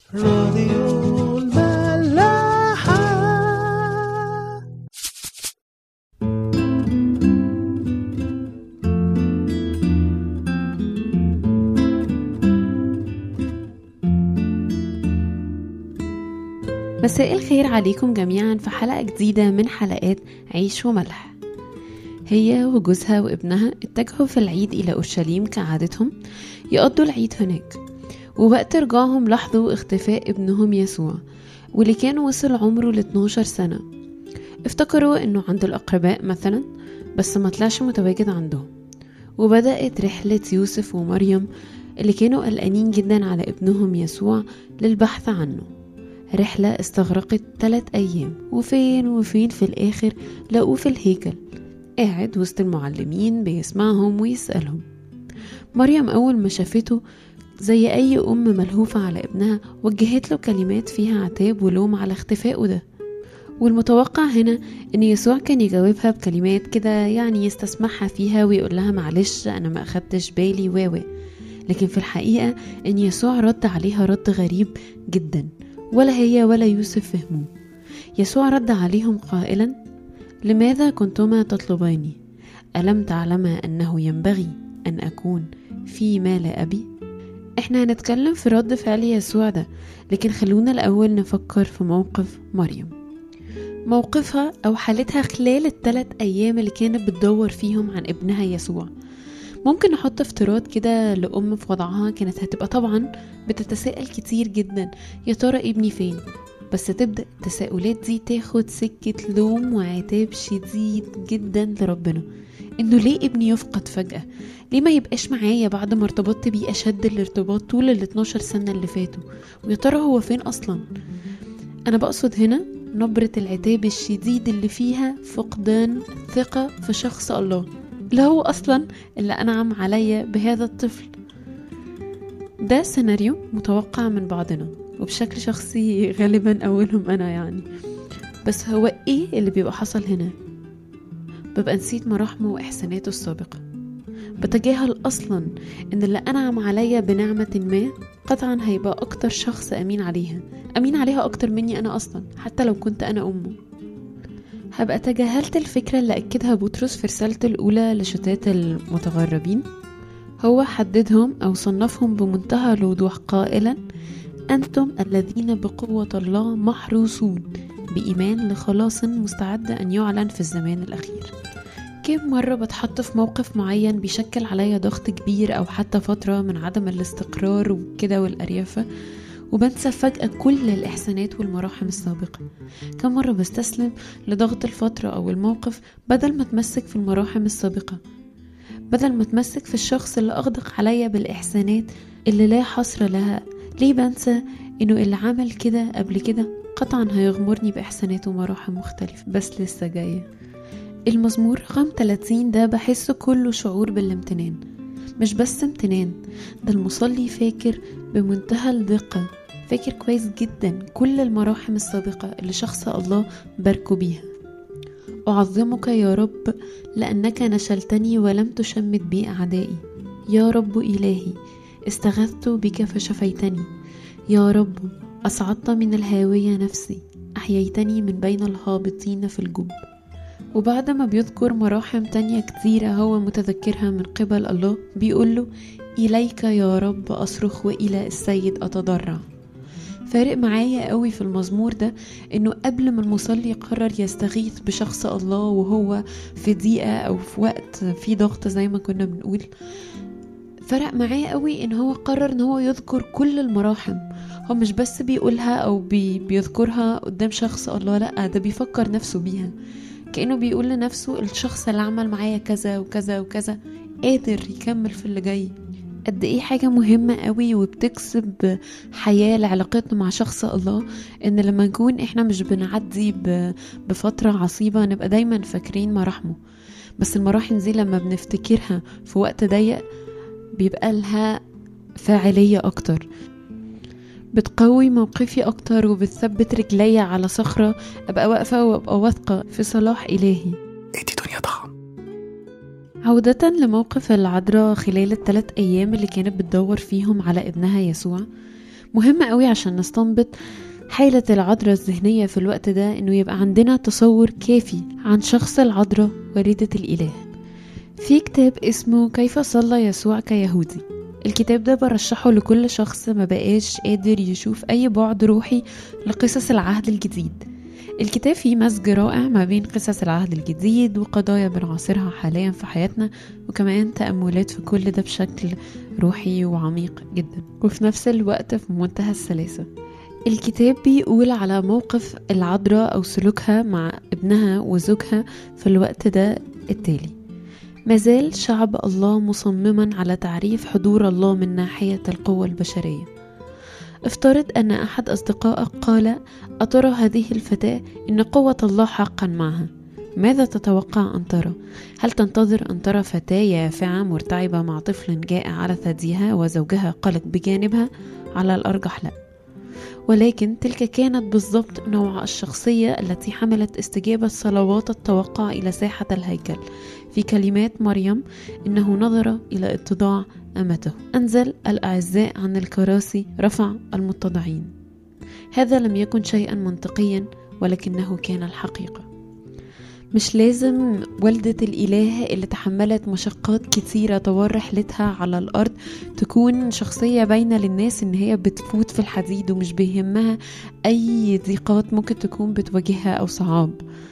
راديو الملاحة. مساء الخير عليكم جميعا في حلقة جديدة من حلقات عيش وملح. هي وجوزها وابنها اتجهوا في العيد إلى أورشليم كعادتهم يقضوا العيد هناك، ووقت رجعهم لاحظوا اختفاء ابنهم يسوع واللي كان وصل عمره ل 12 سنة. افتكروا انه عند الأقرباء مثلا، بس ما طلعش متواجد عندهم. وبدأت رحلة يوسف ومريم اللي كانوا قلقانين جدا على ابنهم يسوع للبحث عنه. رحلة استغرقت 3 أيام، وفين في الآخر لقوه في الهيكل قاعد وسط المعلمين بيسمعهم ويسألهم. مريم أول ما شافته زي أي أم ملهوفة على ابنها وجهت له كلمات فيها عتاب ولوم على اختفائه ده. والمتوقع هنا ان يسوع كان يجاوبها بكلمات كده يعني يستسمحها فيها ويقول لها معلش انا ما اخدتش بالي لكن في الحقيقة ان يسوع رد عليها رد غريب جدا، ولا هي ولا يوسف فهموا. يسوع رد عليهم قائلا: لماذا كنتما تطلباني؟ ألم تعلما أنه ينبغي أن أكون في مال أبي؟ احنا هنتكلم في رد فعل يسوع ده، لكن خلونا الأول نفكر في موقف مريم. موقفها أو حالتها خلال ال3 أيام اللي كانت بتدور فيهم عن ابنها يسوع. ممكن نحط افتراض كده لأم في وضعها كانت هتبقى طبعا بتتساءل كتير جدا، يا ترى ابني فين؟ بس تبدأ التساؤلات دي تاخد سكة لوم وعتاب شديد جدا لربنا، انه ليه ابني يفقد فجأة؟ ليه ما يبقاش معايا بعد ما ارتبطت بيه اشد الارتباط طول ال 12 سنة اللي فاتوا؟ ويا ترى هو فين اصلا؟ انا بقصد هنا نبرة العتاب الشديد اللي فيها فقدان ثقة في شخص الله اللي هو اصلا اللي انعم عليا بهذا الطفل. ده سيناريو متوقع من بعضنا، وبشكل شخصي غالبا اولهم انا يعني. بس هو ايه اللي بيبقى حصل هنا؟ ببقى نسيت مراحمه واحساناته السابقة، بتجاهل اصلا ان اللي انعم عليا بنعمة ما قطعا هيبقى اكتر شخص امين عليها اكتر مني انا اصلا، حتى لو كنت انا امه. هبقى تجاهلت الفكرة اللي اكدها بطرس في رسالته الاولى لشتات المتغربين. هو حددهم او صنفهم بمنتهى الوضوح قائلا: انتم الذين بقوة الله محروسون بإيمان لخلاص مستعد أن يعلن في الزمان الأخير. كم مرة بتحط في موقف معين بيشكل عليا ضغط كبير أو حتى فترة من عدم الاستقرار وكده والأريافة، وبنسى فجأة كل الإحسانات والمراحم السابقة. كم مرة بستسلم لضغط الفترة أو الموقف بدل ما اتمسك في المراحم السابقة، بدل ما اتمسك في الشخص اللي أغدق عليا بالإحسانات اللي لا حصر لها. ليه بنسى إنه اللي عمل كده قبل كده قطعا هيغمرني بإحسانات ومراحم مختلفة بس لسه جاية. المزمور رقم 30 ده بحسه كله شعور بالامتنان، مش بس امتنان، ده المصلي فاكر بمنتهى الدقة، فاكر كويس جدا كل المراحم السابقة اللي شخص الله باركه بيها. أعظمك يا رب لأنك نشلتني ولم تشمت بي أعدائي. يا رب إلهي استغثت بك فشفيتني. يا رب أصعدت من الهاوية نفسي، أحييتني من بين الهابطين في الجب. وبعد ما بيذكر مراحم تانية كتيرة هو متذكرها من قبل الله، بيقوله: إليك يا رب أصرخ وإلى السيد أتضرع. فارق معايا قوي في المزمور ده إنه قبل ما المصلي يقرر يستغيث بشخص الله وهو في ضيقة أو في وقت في ضغط زي ما كنا بنقول، فرق معايا قوي إن هو قرر إن هو يذكر كل المراحم. هو مش بس بيقولها أو بيذكرها قدام شخص الله، لأ ده بيفكر نفسه بيها، كأنه بيقول لنفسه الشخص اللي عمل معايا كذا وكذا وكذا قادر يكمل في اللي جاي. قد ايه حاجة مهمة قوي وبتكسب حياة لعلاقتنا مع شخص الله، ان لما نكون احنا مش بنعدي بفترة عصيبة نبقى دايما فاكرين مراحمه، بس المراحم دي لما بنفتكرها في وقت ضيق بيبقى لها فاعلية اكتر، بتقوي موقفي اكتر وبتثبت رجلي على صخرة ابقى واقفة وابقى واثقة في صلاح الهي. دي دنيا طعم. عودة لموقف العذراء خلال ال3 أيام اللي كانت بتدور فيهم على ابنها يسوع، مهم قوي عشان نستنبط حالة العذراء الذهنية في الوقت ده انه يبقى عندنا تصور كافي عن شخص العذراء والدة الإله. في كتاب اسمه كيف صلى يسوع كيهودي، الكتاب ده برشحه لكل شخص ما بقاش قادر يشوف أي بعد روحي لقصص العهد الجديد. الكتاب فيه مزج رائع ما بين قصص العهد الجديد وقضايا بنعاصرها حاليا في حياتنا، وكمان تأملات في كل ده بشكل روحي وعميق جدا، وفي نفس الوقت في منتهى السلاسة. الكتاب بيقول على موقف العذراء أو سلوكها مع ابنها وزوجها في الوقت ده التالي: مازال شعب الله مصمما على تعريف حضور الله من ناحية القوة البشرية. افترض أن أحد أصدقائك قال: أترى هذه الفتاة إن قوة الله حقا معها؟ ماذا تتوقع أن ترى؟ هل تنتظر أن ترى فتاة يافعة مرتعبة مع طفل جائع على ثديها وزوجها قلق بجانبها؟ على الأرجح لا، ولكن تلك كانت بالضبط نوع الشخصية التي حملت استجابة صلوات التوقع إلى ساحة الهيكل. في كلمات مريم: إنه نظر إلى اتضاع أمته، أنزل الأعزاء عن الكراسي، رفع المتضعين. هذا لم يكن شيئا منطقيا، ولكنه كان الحقيقة. مش لازم والدة الإله اللي تحملت مشقات كتيرة طوال رحلتها على الأرض تكون شخصية باينة للناس إن هي بتفوت في الحديد ومش بيهمها أي ضيقات ممكن تكون بتواجهها أو صعاب،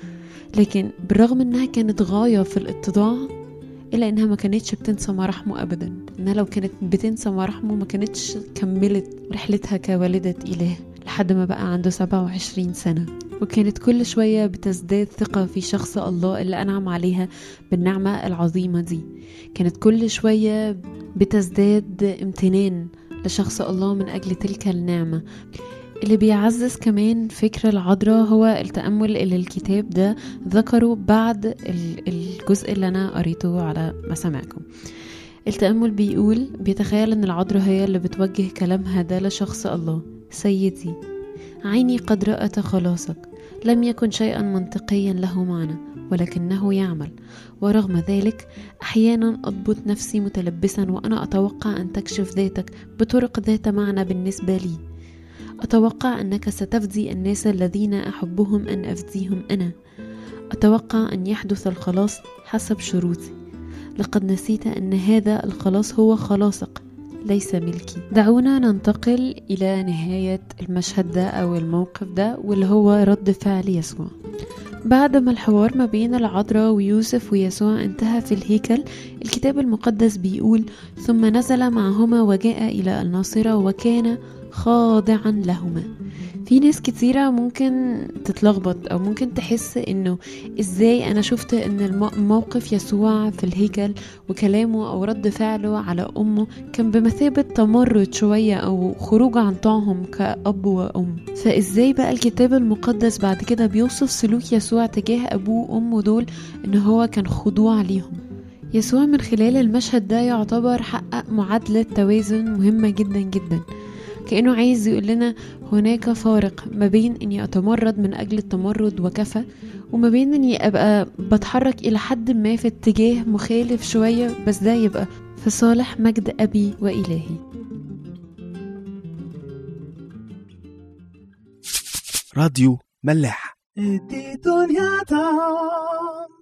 لكن بالرغم إنها كانت غاية في الاتضاع إلا إنها ما كانتش بتنسى مراحمه أبدا. إنها لو كانت بتنسى مراحمه ما كانتش كملت رحلتها كوالدة إله لحد ما بقى عنده 27 سنة، وكانت كل شوية بتزداد ثقة في شخص الله اللي أنعم عليها بالنعمة العظيمة دي. كانت كل شوية بتزداد امتنان لشخص الله من أجل تلك النعمة. اللي بيعزز كمان فكر العذراء هو التأمل اللي الكتاب ده ذكره بعد الجزء اللي أنا قريته على مسامعكم. التأمل بيتخيل أن العذراء هي اللي بتوجه كلامها ده لشخص الله: سيدي، عيني قد رأت خلاصك، لم يكن شيئا منطقيا له معنى، ولكنه يعمل، ورغم ذلك أحيانا أضبط نفسي متلبسا وأنا أتوقع أن تكشف ذاتك بطرق ذات معنى بالنسبة لي. أتوقع أنك ستفدي الناس الذين أحبهم أن أفديهم أنا. أتوقع أن يحدث الخلاص حسب شروطي. لقد نسيت أن هذا الخلاص هو خلاصك ليس ملكي. دعونا ننتقل إلى نهاية المشهد ده أو الموقف ده، واللي هو رد فعل يسوع. بعد ما الحوار ما بين العذراء ويوسف ويسوع انتهى في الهيكل، الكتاب المقدس بيقول: ثم نزل معهما وجاء إلى الناصرة وكان خاضعا لهما. في ناس كتيرة ممكن تتلخبط أو ممكن تحس إنه إزاي أنا شفت إن موقف يسوع في الهيكل وكلامه أو رد فعله على أمه كان بمثابة تمرد شوية أو خروج عن طاعهم كأب وأم، فإزاي بقى الكتاب المقدس بعد كده بيوصف سلوك يسوع تجاه أبوه وأمه دول إن هو كان خضوع ليهم؟ يسوع من خلال المشهد ده يعتبر حقق معادلة توازن مهمة جدا جدا، كأنه عايز يقول لنا هناك فارق ما بين اني اتمرد من اجل التمرد وكفى، وما بين اني ابقى بتحرك الى حد ما في اتجاه مخالف شوية بس ده يبقى في صالح مجد ابي والهي. راديو ملاح. دي دنيا